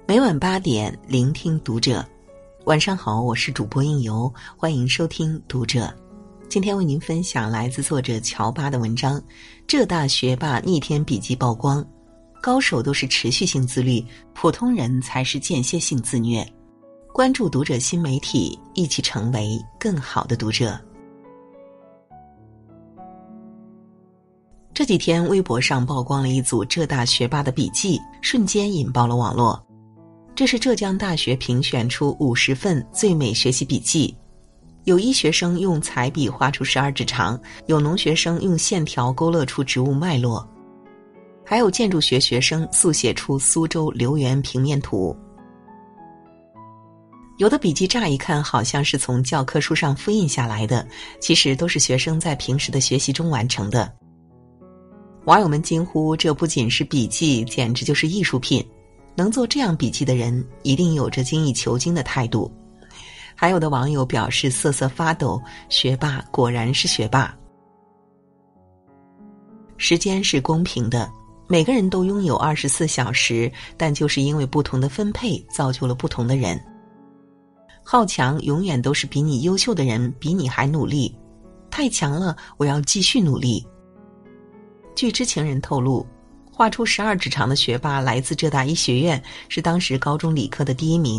每晚8点，聆听读者。晚上好，我是主播应由，欢迎收听读者。今天为您分享来自作者乔巴的文章，浙大学霸逆天笔记曝光，高手都是持续性自律，普通人才是间歇性自虐。关注读者新媒体，一起成为更好的读者。这几天微博上曝光了一组浙大学霸的笔记，瞬间引爆了网络。这是浙江大学评选出50份最美学习笔记，有医学生用彩笔画出12指肠，有农学生用线条勾勒出植物脉络，还有建筑学学生速写出苏州留园平面图。有的笔记乍一看好像是从教科书上复印下来的，其实都是学生在平时的学习中完成的。网友们惊呼，这不仅是笔记，简直就是艺术品。能做这样笔记的人，一定有着精益求精的态度。还有的网友表示瑟瑟发抖，学霸果然是学霸。时间是公平的，每个人都拥有24小时，但就是因为不同的分配，造就了不同的人。好强永远都是比你优秀的人比你还努力，太强了，我要继续努力。据知情人透露，画出12指肠的学霸来自浙大医学院，是当时高中理科的第1名。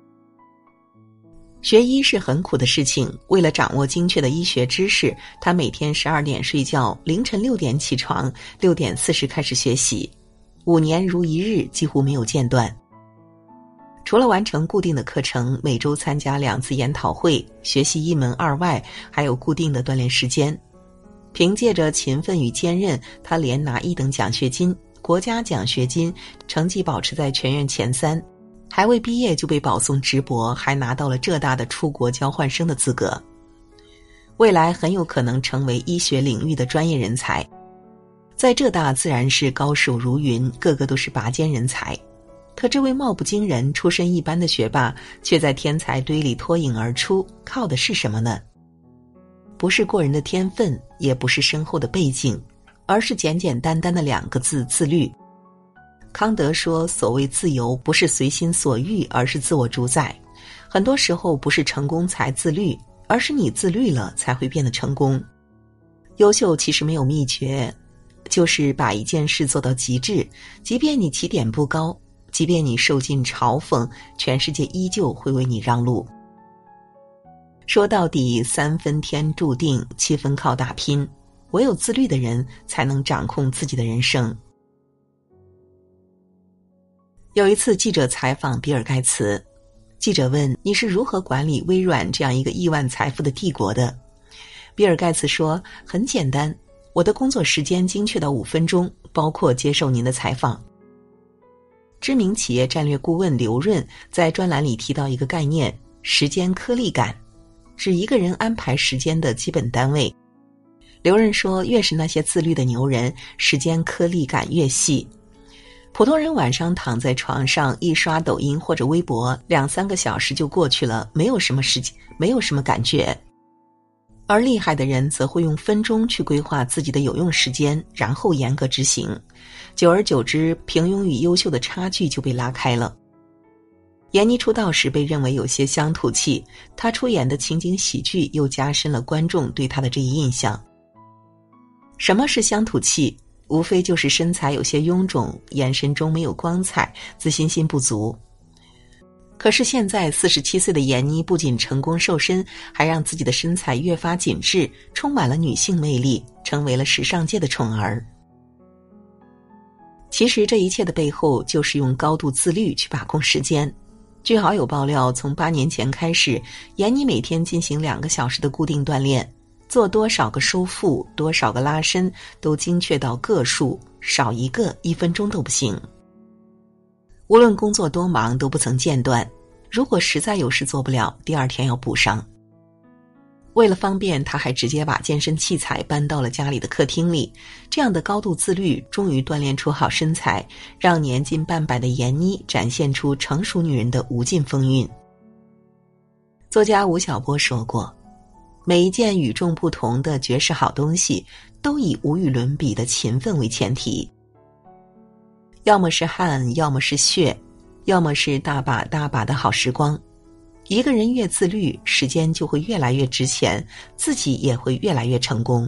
学医是很苦的事情，为了掌握精确的医学知识，他每天12点睡觉，凌晨6点起床，6点40开始学习，5年如一日，几乎没有间断。除了完成固定的课程，每周参加2次研讨会，学习1门2外，还有固定的锻炼时间。凭借着勤奋与坚韧，他连拿1等奖学金、国家奖学金，成绩保持在全院前3，还未毕业就被保送直博，还拿到了浙大的出国交换生的资格。未来很有可能成为医学领域的专业人才。在浙大自然是高手如云，个个都是拔尖人才。可这位貌不惊人、出身一般的学霸，却在天才堆里脱颖而出，靠的是什么呢？不是过人的天分，也不是深厚的背景，而是简简单单的2个字：自律。康德说，所谓自由不是随心所欲，而是自我主宰。很多时候不是成功才自律，而是你自律了才会变得成功。优秀其实没有秘诀，就是把一件事做到极致，即便你起点不高，即便你受尽嘲讽，全世界依旧会为你让路。说到底，3分天注定，7分靠打拼，唯有自律的人才能掌控自己的人生。有一次记者采访比尔盖茨，记者问，你是如何管理微软这样一个亿万财富的帝国的？比尔盖茨说，很简单，我的工作时间精确到5分钟，包括接受您的采访。知名企业战略顾问刘润在专栏里提到一个概念，时间颗粒感，指一个人安排时间的基本单位。刘润说，越是那些自律的牛人，时间颗粒感越细。普通人晚上躺在床上一刷抖音或者微博，2-3个小时就过去了，没有什么时间，没有什么感觉。而厉害的人则会用分钟去规划自己的有用时间，然后严格执行。久而久之，平庸与优秀的差距就被拉开了。闫妮出道时被认为有些乡土气，她出演的情景喜剧又加深了观众对她的这一印象。什么是乡土气？无非就是身材有些臃肿，眼神中没有光彩，自信心不足。可是现在47岁的闫妮不仅成功瘦身，还让自己的身材越发紧致，充满了女性魅力，成为了时尚界的宠儿。其实这一切的背后，就是用高度自律去把控时间。据好友爆料，从8年前开始，闫妮每天进行2个小时的固定锻炼，做多少个收腹，多少个拉伸，都精确到个数，少一个1分钟都不行。无论工作多忙都不曾间断，如果实在有事做不了，第2天要补上。为了方便，他还直接把健身器材搬到了家里的客厅里。这样的高度自律，终于锻炼出好身材，让年近半百的闫妮展现出成熟女人的无尽风韵。作家吴晓波说过，每一件与众不同的绝世好东西，都以无与伦比的勤奋为前提。要么是汗，要么是血， 要么是大把大把的好时光。一个人越自律，时间就会越来越值钱，自己也会越来越成功。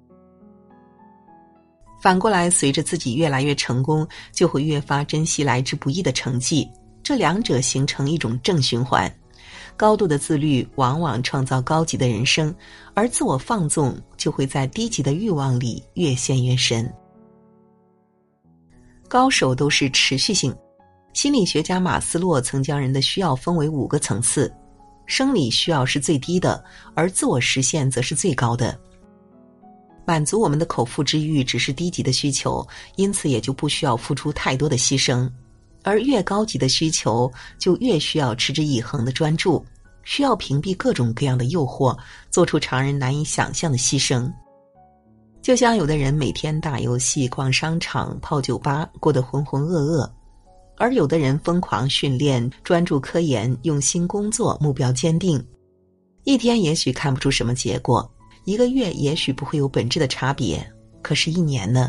反过来，随着自己越来越成功，就会越发珍惜来之不易的成绩，这两者形成一种正循环。高度的自律往往创造高级的人生，而自我放纵就会在低级的欲望里越陷越深。高手都是持续性。心理学家马斯洛曾将人的需要分为5个层次，生理需要是最低的，而自我实现则是最高的。满足我们的口腹之欲只是低级的需求，因此也就不需要付出太多的牺牲。而越高级的需求就越需要持之以恒的专注，需要屏蔽各种各样的诱惑，做出常人难以想象的牺牲。就像有的人每天打游戏、逛商场、泡酒吧，过得浑浑噩噩，而有的人疯狂训练、专注科研、用心工作，目标坚定。一天也许看不出什么结果，1个月也许不会有本质的差别，可是1年呢？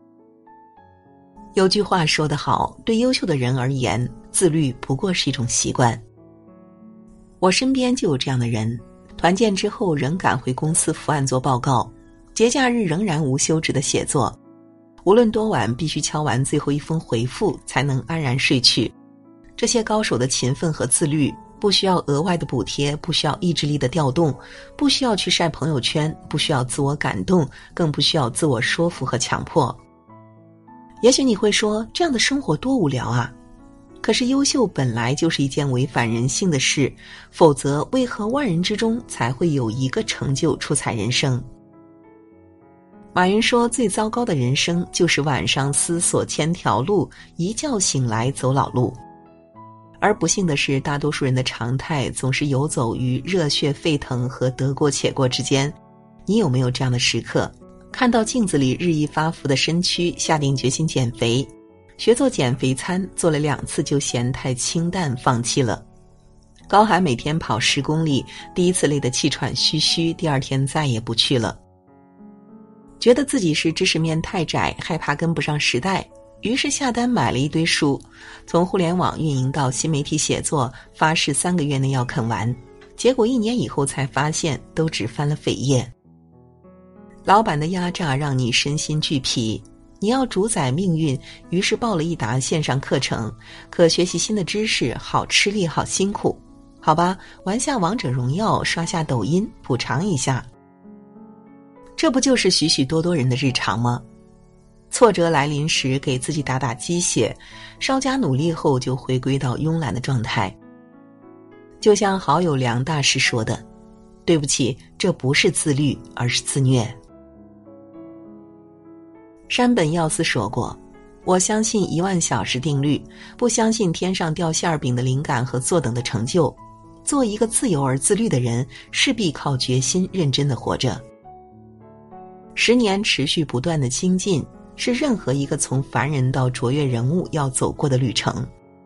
有句话说得好，对优秀的人而言，自律不过是一种习惯。我身边就有这样的人，团建之后仍赶回公司伏案做报告，节假日仍然无休止的写作，无论多晚必须敲完最后一封回复才能安然睡去。这些高手的勤奋和自律，不需要额外的补贴，不需要意志力的调动，不需要去晒朋友圈，不需要自我感动，更不需要自我说服和强迫。也许你会说，这样的生活多无聊啊！可是优秀本来就是一件违反人性的事，否则为何万人之中才会有一个成就出彩人生？马云说，最糟糕的人生就是晚上思索千条路，一觉醒来走老路。而不幸的是，大多数人的常态总是游走于热血沸腾和得过且过之间。你有没有这样的时刻？看到镜子里日益发福的身躯，下定决心减肥，学做减肥餐，做了2次就嫌太清淡放弃了。高喊每天跑10公里，第一次累得气喘吁吁，第2天再也不去了。觉得自己是知识面太窄，害怕跟不上时代，于是下单买了一堆书，从互联网运营到新媒体写作，发誓3个月内要啃完，结果1年以后才发现都只翻了扉页。老板的压榨让你身心俱疲，你要主宰命运，于是报了一沓线上课程，可学习新的知识好吃力好辛苦。好吧，玩下王者荣耀，刷下抖音，补偿一下。这不就是许许多多人的日常吗？挫折来临时给自己打打鸡血，稍加努力后就回归到慵懒的状态。就像好友梁大师说的，对不起，这不是自律，而是自虐。山本耀司说过，我相信10000小时定律，不相信天上掉馅饼的灵感和坐等的成就。做一个自由而自律的人，势必靠决心认真的活着。10年持续不断的精进，是任何一个从凡人到卓越人物要走过的旅程。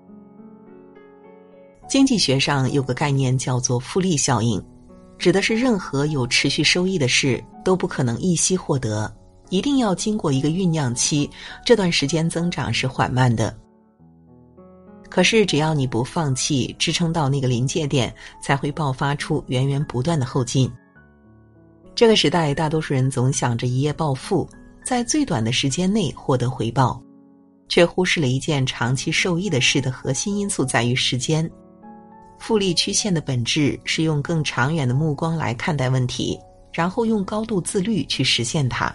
经济学上有个概念叫做复利效应，指的是任何有持续收益的事都不可能一夕获得，一定要经过一个酝酿期，这段时间增长是缓慢的。可是只要你不放弃，支撑到那个临界点，才会爆发出源源不断的后劲。这个时代，大多数人总想着一夜暴富，在最短的时间内获得回报，却忽视了一件长期受益的事的核心因素在于时间。复利曲线的本质是用更长远的目光来看待问题，然后用高度自律去实现它。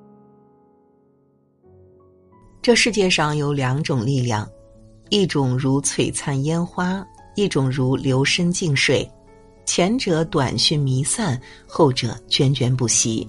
这世界上有2种力量，一种如璀璨烟花，一种如流深静水，前者短讯弥散，后者涓涓不息。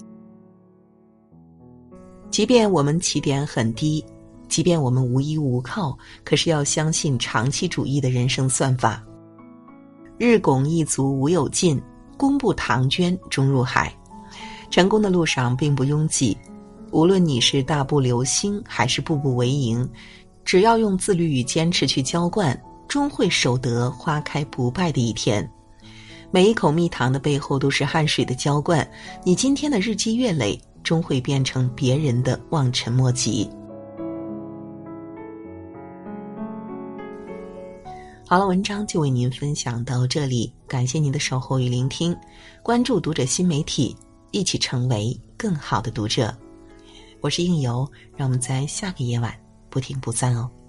即便我们起点很低，即便我们无依无靠，可是要相信长期主义的人生算法。日拱一卒无有尽，功不唐捐终入海。成功的路上并不拥挤，无论你是大步流星还是步步为营，只要用自律与坚持去浇灌，终会守得花开不败的一天。每一口蜜糖的背后都是汗水的浇灌，你今天的日积月累，终会变成别人的望尘莫及。 好了，文章就为您分享到这里，感谢您的守候与聆听，关注读者新媒体，一起成为更好的读者。我是应由，让我们在下个夜晚不听不散哦。